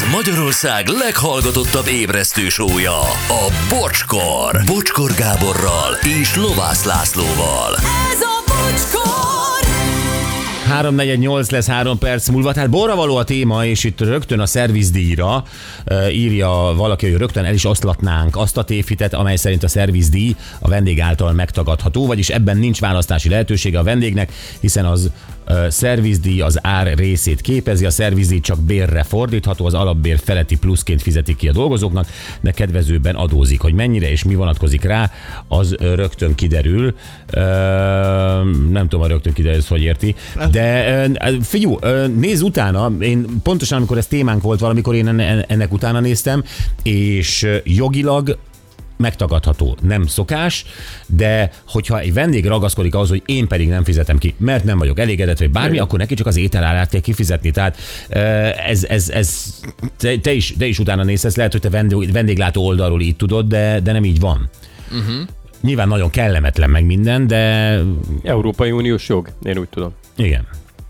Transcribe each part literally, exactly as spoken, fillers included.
Ez Magyarország leghallgatottabb ébresztő show-ja, a Bocskor. Bocskor Gáborral és Lovász Lászlóval. Ez a Bocskor! három negyvennyolc lesz három perc múlva, tehát borravaló a téma, és itt rögtön a szervizdíjra uh, írja valaki, hogy rögtön el is oszlatnánk azt a tévhitet, amely szerint a szervizdíj a vendég által megtagadható, vagyis ebben nincs választási lehetősége a vendégnek, hiszen az uh, szervizdíj az ár részét képezi, a szervizdíj csak bérre fordítható, az alapbér feletti pluszként fizetik ki a dolgozóknak, de kedvezőbben adózik. Hogy mennyire és mi vonatkozik rá, az uh, rögtön kiderül. Uh, nem tudom, a rögtön kiderül, hogy érti, de De figyú, nézz utána, én pontosan amikor ez témánk volt valamikor, én ennek utána néztem, és jogilag megtagadható, nem szokás, de hogyha egy vendég ragaszkodik ahhoz, hogy én pedig nem fizetem ki, mert nem vagyok elégedett, vagy bármi, akkor neki csak az ételárát kell kifizetni. Tehát ez, ez, ez te, te, is, te is utána nézsz, ezt lehet, hogy te vendég, vendéglátó oldalról így tudod, de, de nem így van. Uh-huh. Nyilván nagyon kellemetlen meg minden, de... Európai Uniós jog, én úgy tudom. Igen.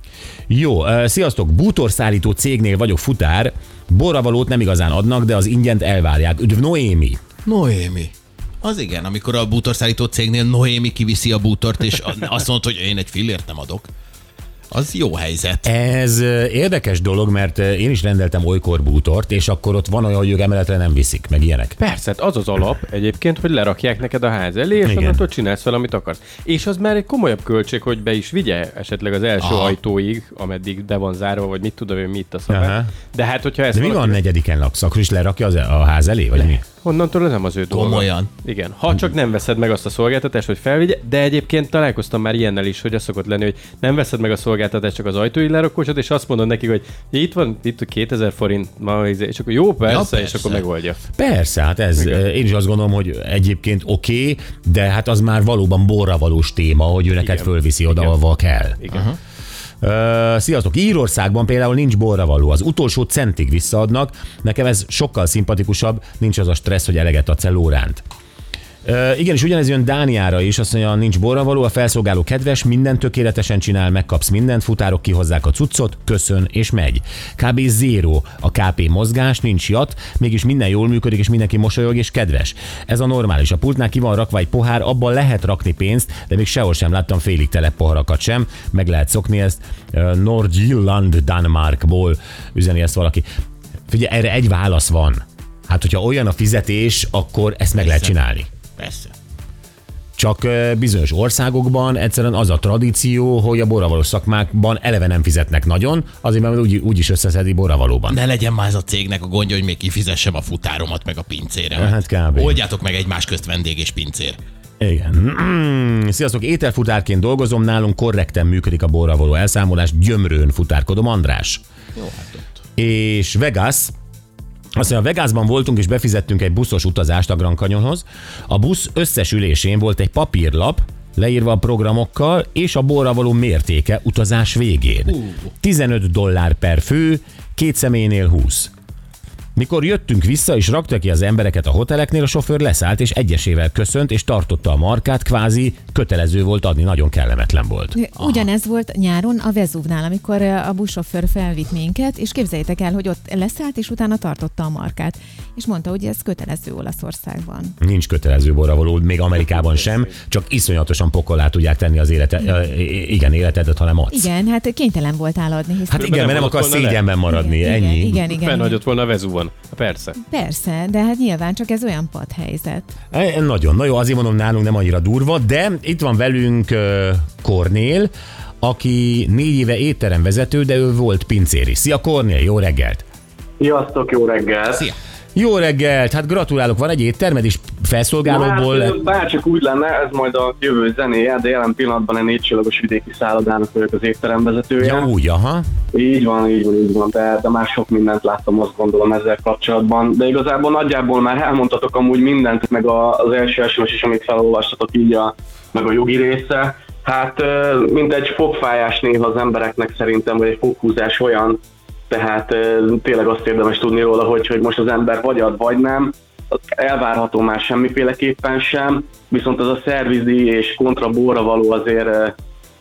Jó, sziasztok, bútorszállító cégnél vagyok futár, borravalót nem igazán adnak, de az ingyent elvárják. Üdv Noémi. Noémi. Az igen, amikor a bútorszállító cégnél Noémi kiviszi a bútort, és azt mondod, hogy én egy fillért nem adok. Az jó helyzet. Ez érdekes dolog, mert én is rendeltem olykor bútort, és akkor ott van olyan, hogy ők emeletre nem viszik, meg ilyenek. Persze, az az alap egyébként, hogy lerakják neked a ház elé, és onnantól csinálsz fel, amit akarsz. És az már egy komolyabb költség, hogy be is vigye esetleg az első Aha. ajtóig, ameddig be van zárva, vagy mit tudom én, mit a szabály. De hát, hogyha ezt De mi van negyediken laksz, akkor is lerakja az a ház elé, vagy Le. mi? Honnantól ez nem az ő dolga. Komolyan. Igen. Ha csak nem veszed meg azt a szolgáltatást, hogy felvigye, de egyébként találkoztam már ilyennel is, hogy az szokott lenni, hogy nem veszed meg a szolgáltatást, csak az ajtói lerakósod, és azt mondod neki, hogy itt van, itt kétezer forint, ma, és akkor jó, persze, ja, persze, és akkor megoldja. Persze, hát ez, Igen. én is azt gondolom, hogy egyébként oké, okay, de hát az már valóban borravalós téma, hogy ő neked fölviszi oda, ahova kell. Igen. Uh-huh. Uh, sziasztok! Írországban például nincs borravaló, az utolsó centig visszaadnak, nekem ez sokkal szimpatikusabb, nincs az a stressz, hogy eleget adsz el óránt. Uh, igenis, ugyanez jön Dániára is, azt mondja, nincs borravaló, a felszolgáló kedves, mindent tökéletesen csinál, megkapsz mindent, futárok kihozzák a cuccot, köszön és megy. kb. Zéro a ká pé mozgás, nincs jat, mégis minden jól működik, és mindenki mosolyog és kedves. Ez a normális. A pultnál ki van rakva egy pohár, abban lehet rakni pénzt, de még sehol sem láttam félig tele poharakat sem, meg lehet szokni ezt. Uh, Nordjylland, Danmarkból üzeni ezt valaki. Figyelj, erre egy válasz van. Hát, hogyha olyan a fizetés, akkor ezt meg lehet csinálni. Persze. Csak bizonyos országokban egyszerűen az a tradíció, hogy a borravalós szakmákban eleve nem fizetnek nagyon, azért mert úgy, úgy is összeszedi borravalóban. Ne legyen már ez a cégnek a gondja, hogy még kifizessem a futáromat meg a pincéremet. Hát kb. Oldjátok meg egymás közt vendég és pincér. Igen. Sziasztok, ételfutárként dolgozom, nálunk korrekten működik a borravaló elszámolás, Gyömrőn futárkodom, András. Jó, hát ott. És Vegas. Azt mondja, Vegasban voltunk, és befizettünk egy buszos utazást a Grand Canyonhoz. A busz összes ülésén volt egy papírlap, leírva a programokkal, és a borravaló mértéke utazás végén. Uh. tizenöt dollár per fő, két személynél húsz. Mikor jöttünk vissza, és rakta ki az embereket a hoteleknél, a sofőr leszállt, és egyesével köszönt, és tartotta a markát, kvázi kötelező volt adni, nagyon kellemetlen volt. Ugyanez volt nyáron a Vezúvnál, amikor a buszsofőr felvitt minket, és képzeljétek el, hogy ott leszállt, és utána tartotta a markát. És mondta, hogy ez kötelező Olaszországban. Nincs kötelező borravaló, még Amerikában sem, csak iszonyatosan pokollá tudják tenni az élete, igen, életedet, ha nem adsz. Igen, hát kénytelen voltál adni. Hát igen, mert nem akarsz szégyenben maradni, igen, ennyi. Igen, igen, igen. Fennhagyott volna a Vezúvon. Persze. Persze, de hát nyilván csak ez olyan padhelyzet. E, nagyon, na jó, azért mondom, nálunk nem annyira durva, de itt van velünk uh, Kornél, aki négy éve étteremvezető, de ő volt pincér is. Szia Kornél, jó reggelt! Sziasztok, jó reggelt! Szia! Jó reggelt, hát gratulálok, van egy éttermed is felszolgálóból. Hát, bárcsak úgy lenne, ez majd a jövő zenéje, de jelen pillanatban egy négy csillagos vidéki szállodának vagyok az étteremvezetője. Ja, úgy, aha. Így van, így van, így van, de, de már sok mindent láttam, azt gondolom ezzel kapcsolatban. De igazából nagyjából már elmondtatok amúgy mindent, meg a, az első es em es is, amit felolvastatok így, a, meg a jogi része. Hát, mint egy fogfájás néha az embereknek szerintem, vagy egy foghúzás olyan, tehát tényleg azt érdemes tudni róla, hogy, hogy most az ember vagy ad, vagy nem. Elvárható már semmiféleképpen sem, viszont az a szervizdíj és kontra borravaló azért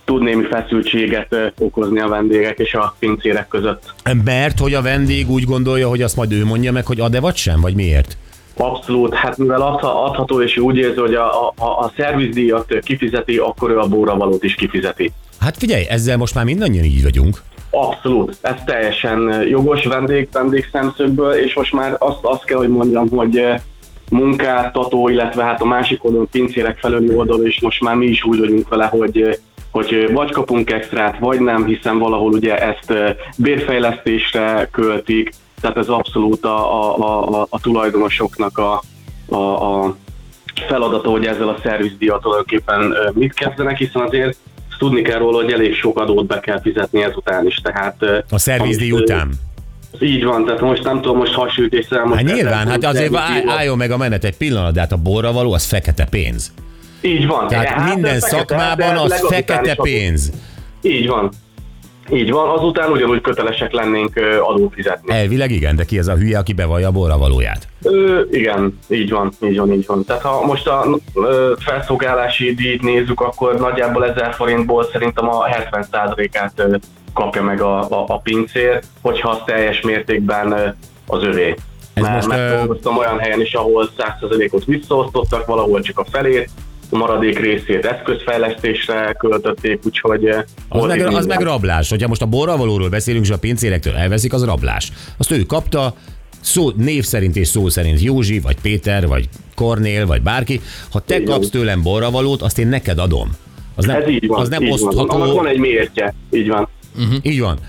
tud némi feszültséget okozni a vendégek és a pincérek között. Mert hogy a vendég úgy gondolja, hogy azt majd ő mondja meg, hogy ad-e vagy sem, vagy miért? Abszolút, hát mivel adható, és úgy érzi, hogy a, a, a szervizdíjat kifizeti, akkor ő a borravalót is kifizeti. Hát figyelj, ezzel most már mindannyian így vagyunk. Abszolút, ez teljesen jogos vendég, vendég szemszögből, és most már azt, azt kell, hogy mondjam, hogy munkáltató, illetve hát a másik oldalon pincérek felőli oldalon is most már mi is úgy vagyunk vele, hogy, hogy vagy kapunk extrát, vagy nem, hiszen valahol ugye ezt bérfejlesztésre költik, tehát ez abszolút a, a, a, a tulajdonosoknak a, a, a feladata, hogy ezzel a szervizdíjat tulajdonképpen mit kezdenek, hiszen azért tudni kell róla, hogy elég sok adót be kell fizetni ezután is. Tehát, a szervizdíj után? Így van, tehát most nem tudom, most hasonlítésre... Hát nyilván, hát azért álljon meg a menet egy pillanat, de hát a borravaló az fekete pénz. Így van. Tehát hát minden fekete, szakmában az fekete pénz. Így van. Így van, azután ugyanúgy kötelesek lennénk adót fizetni. Elvileg igen, de ki ez a hülye, aki bevallja a borravalóját? Ö, igen, így van, így van, így van. Tehát ha most a ö, felszolgálási díjt nézzük, akkor nagyjából ezer forintból szerintem a hetven százalékát ö, kapja meg a, a, a pincér, hogyha az teljes mértékben ö, az övé. Ez Mert megdolgoztam olyan helyen is, ahol száz százalékot visszaosztottak, valahol csak a felét, a maradék részét eszközfejlesztésre költötték, úgyhogy... Az, meg, az meg rablás. Hogyha most a borravalóról beszélünk, és a pincérektől elveszik, az rablás. Azt ő kapta, szó, név szerint és szó szerint Józsi, vagy Péter, vagy Kornél, vagy bárki. Ha te kapsz tőlem borravalót, azt én neked adom. Az nem, Ez így van, az nem így osztható. Van. Annak van egy mértje, így van. Uh-huh. Így van.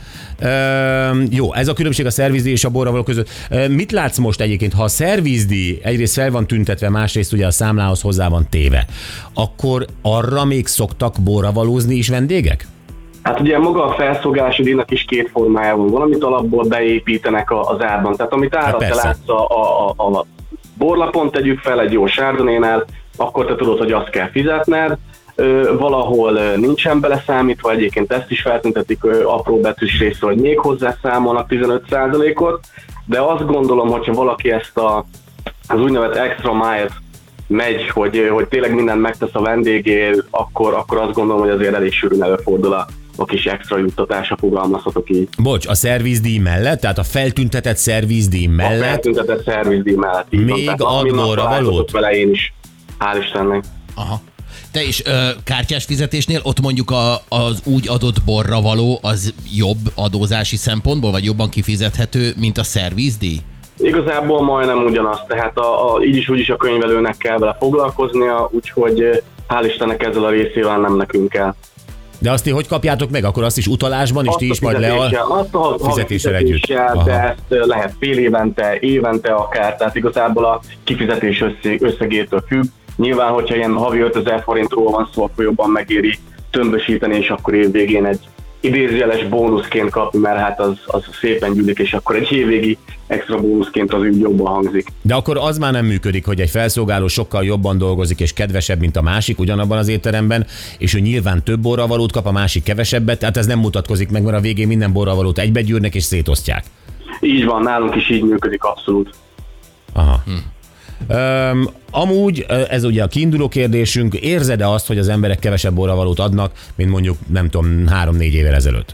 Uh, jó, ez a különbség a szervizdíj és a borravaló között. Uh, mit látsz most egyébként, ha a szervizdíj egyrészt fel van tüntetve, másrészt ugye a számlához hozzá van téve, akkor arra még szoktak borravalózni is vendégek? Hát ugye maga a felszolgálási díjnak is két formája van. Valamit alapból beépítenek az árban. Tehát amit árat te látsz a, a, a borlapon, tegyük fel egy jó sárdonénál, akkor te tudod, hogy azt kell fizetned. Valahol nincsen beleszámítva, egyébként ezt is feltüntetik apró betűs részre, hogy még hozzá számolnak tizenöt százalékot, de azt gondolom, hogyha valaki ezt a, az úgynevezett extra mile megy, hogy, hogy tényleg mindent megtesz a vendégért, akkor, akkor azt gondolom, hogy azért elég sűrűn előfordul a, a kis extra juttatása, fogalmazhatok így. Bocs, a szervizdíj mellett, tehát a feltüntetett szervizdíj mellett? A feltüntetett szervizdíj mellett. Még ad borravalót? Vele én is, hál' Istennek. Aha. Te is ö, kártyás fizetésnél ott mondjuk a, az úgy adott borravaló az jobb adózási szempontból, vagy jobban kifizethető, mint a szervizdíj? Igazából majdnem ugyanaz, tehát a, a, így is úgy is a könyvelőnek kell vele foglalkoznia, úgyhogy hál' Istennek ezzel a részével nem nekünk kell. De azt ti hogy kapjátok meg? Akkor azt is utalásban, és ti is majd le a, azt a fizetéssel együtt? De ezt lehet fél évente, évente akár, tehát igazából a kifizetés összeg, összegétől függ. Nyilván, hogyha ilyen havi ötezer forintról van szó, akkor jobban megéri tömbösíteni, és akkor évvégén egy idézőjeles bónuszként kapni, mert hát az, az szépen gyűlik, és akkor egy évvégi extra bónuszként az úgy jobban hangzik. De akkor az már nem működik, hogy egy felszolgáló sokkal jobban dolgozik és kedvesebb, mint a másik ugyanabban az étteremben, és ő nyilván több borravalót kap, a másik kevesebbet, tehát ez nem mutatkozik meg, mert a végén minden borravalót egybegyűrnek és szétosztják. Így van, nálunk is így működik abszolút. Aha. Hm. Um, amúgy, ez ugye a kiinduló kérdésünk, érzed-e azt, hogy az emberek kevesebb borravalót adnak, mint mondjuk, nem tudom, három-négy évvel ezelőtt?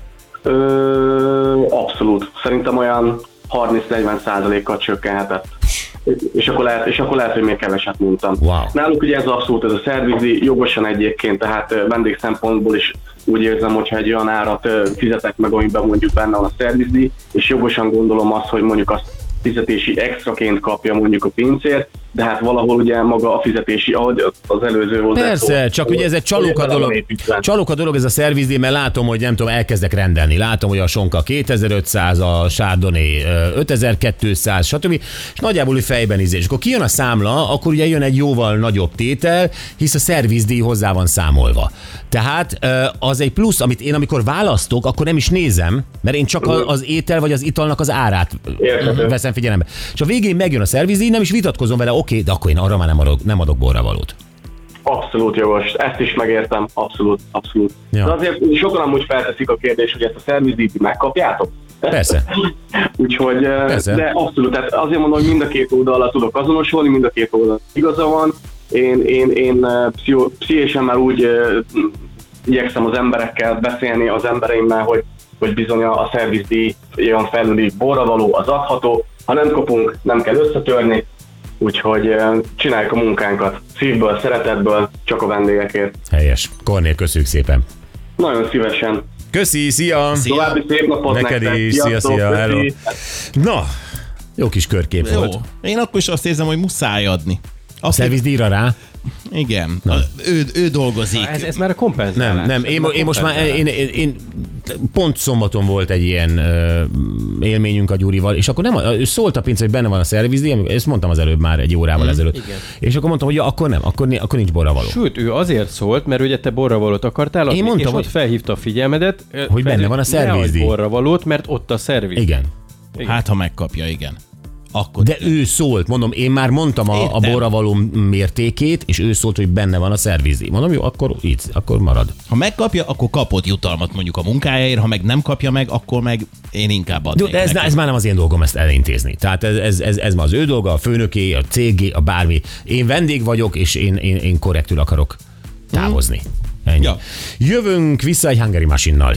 Ö, abszolút. Szerintem olyan harminc-negyven százalékkal csökkenhetett. És akkor, lehet, és akkor lehet, hogy még keveset mondtam. Wow. Nálunk ugye ez abszolút, ez a szervizi jogosan egyébként, tehát vendég szempontból is úgy érzem, hogyha egy olyan árat fizetek meg, amiben mondjuk benne van a szervizdíj, és jogosan gondolom azt, hogy mondjuk azt fizetési extraként kapja mondjuk a pincér, de hát valahol ugye maga a fizetési, ahogy az előző volt. Persze, szó, csak ugye ez egy csalóka dolog, csalóka dolog ez a szervizdíj, mert látom, hogy nem tudom, elkezdek rendelni. Látom, hogy a sonka kétezer-ötszáz, a Chardonnay ötezer-kétszáz, stb. És nagyjából fejben ízés. És akkor kijön a számla, akkor ugye jön egy jóval nagyobb tétel, hisz a szervizdíj hozzá van számolva. Tehát az egy plusz, amit én amikor választok, akkor nem is nézem, mert én csak az étel vagy az italnak az árát Értető. veszem figyelembe. És a végén megjön a szervizdíj, nem is vitatkozom vele, oké, okay, de akkor én arra már nem adok, nem adok borravalót. Abszolút jogos, ezt is megértem, abszolút, abszolút. Ja. De azért sokan amúgy felteszik a kérdést, hogy ezt a szervizdíjt megkapjátok. Persze. Úgyhogy, Persze. De abszolút, tehát azért mondom, hogy mind a két oldalra tudok azonosulni, mind a két oldalra igaza van. Én, én, én pszichó, pszichésen már úgy igyekszem az emberekkel beszélni, az embereimmel, hogy, hogy bizony a szervizdíjon felüli borravaló az adható, ha nem kapunk, nem kell összetörni, úgyhogy csináljuk a munkánkat szívből, szeretetből, csak a vendégekért. Helyes. Kornél, köszönjük szépen. Nagyon szívesen. Köszi, szia! Szia. További szép napot Neked nektek. is, szia, Sziasztok, szia, köszi. hello. Na, jó kis körkép Jó. volt. Én akkor is azt érzem, hogy muszáj adni. A szervizdíjra rá? Igen. A, ő, ő dolgozik. Ez, ez már a kompenzálás. Nem, nem, én, én most már, én, én, én pont szombaton volt egy ilyen ö, élményünk a Gyurival, és akkor nem, ő szólt a pince, hogy benne van a szervizdíj, ezt mondtam az előbb már egy órával mm, ezelőtt. igen. És akkor mondtam, hogy ja, akkor nem, akkor, akkor nincs borravaló. Sőt, ő azért szólt, mert ugye te borravalót akartál adni, Én mondtam, és hogy- ott felhívta a figyelmedet, Hogy benne van a szervizdíj. borravalót, mert ott a szerviz. Igen. Hát, ha megkapja, igen. Akkor De ő szólt, mondom, én már mondtam a, a Értem. borravaló mértékét, és ő szólt, hogy benne van a szervizdíj. Mondom, jó, akkor így, akkor marad. ha megkapja, akkor kapott jutalmat mondjuk a munkájáért, ha meg nem kapja meg, akkor meg én inkább Jó, adnék de ez, neki. ez már nem az én dolgom ezt elintézni. Tehát ez, ez, ez, ez már az ő dolga, a főnöké, a cégé, a bármi. Én vendég vagyok, és én, én, én korrektül akarok távozni. Ennyi. Ja. Jövünk vissza egy Hungary Machine-nal.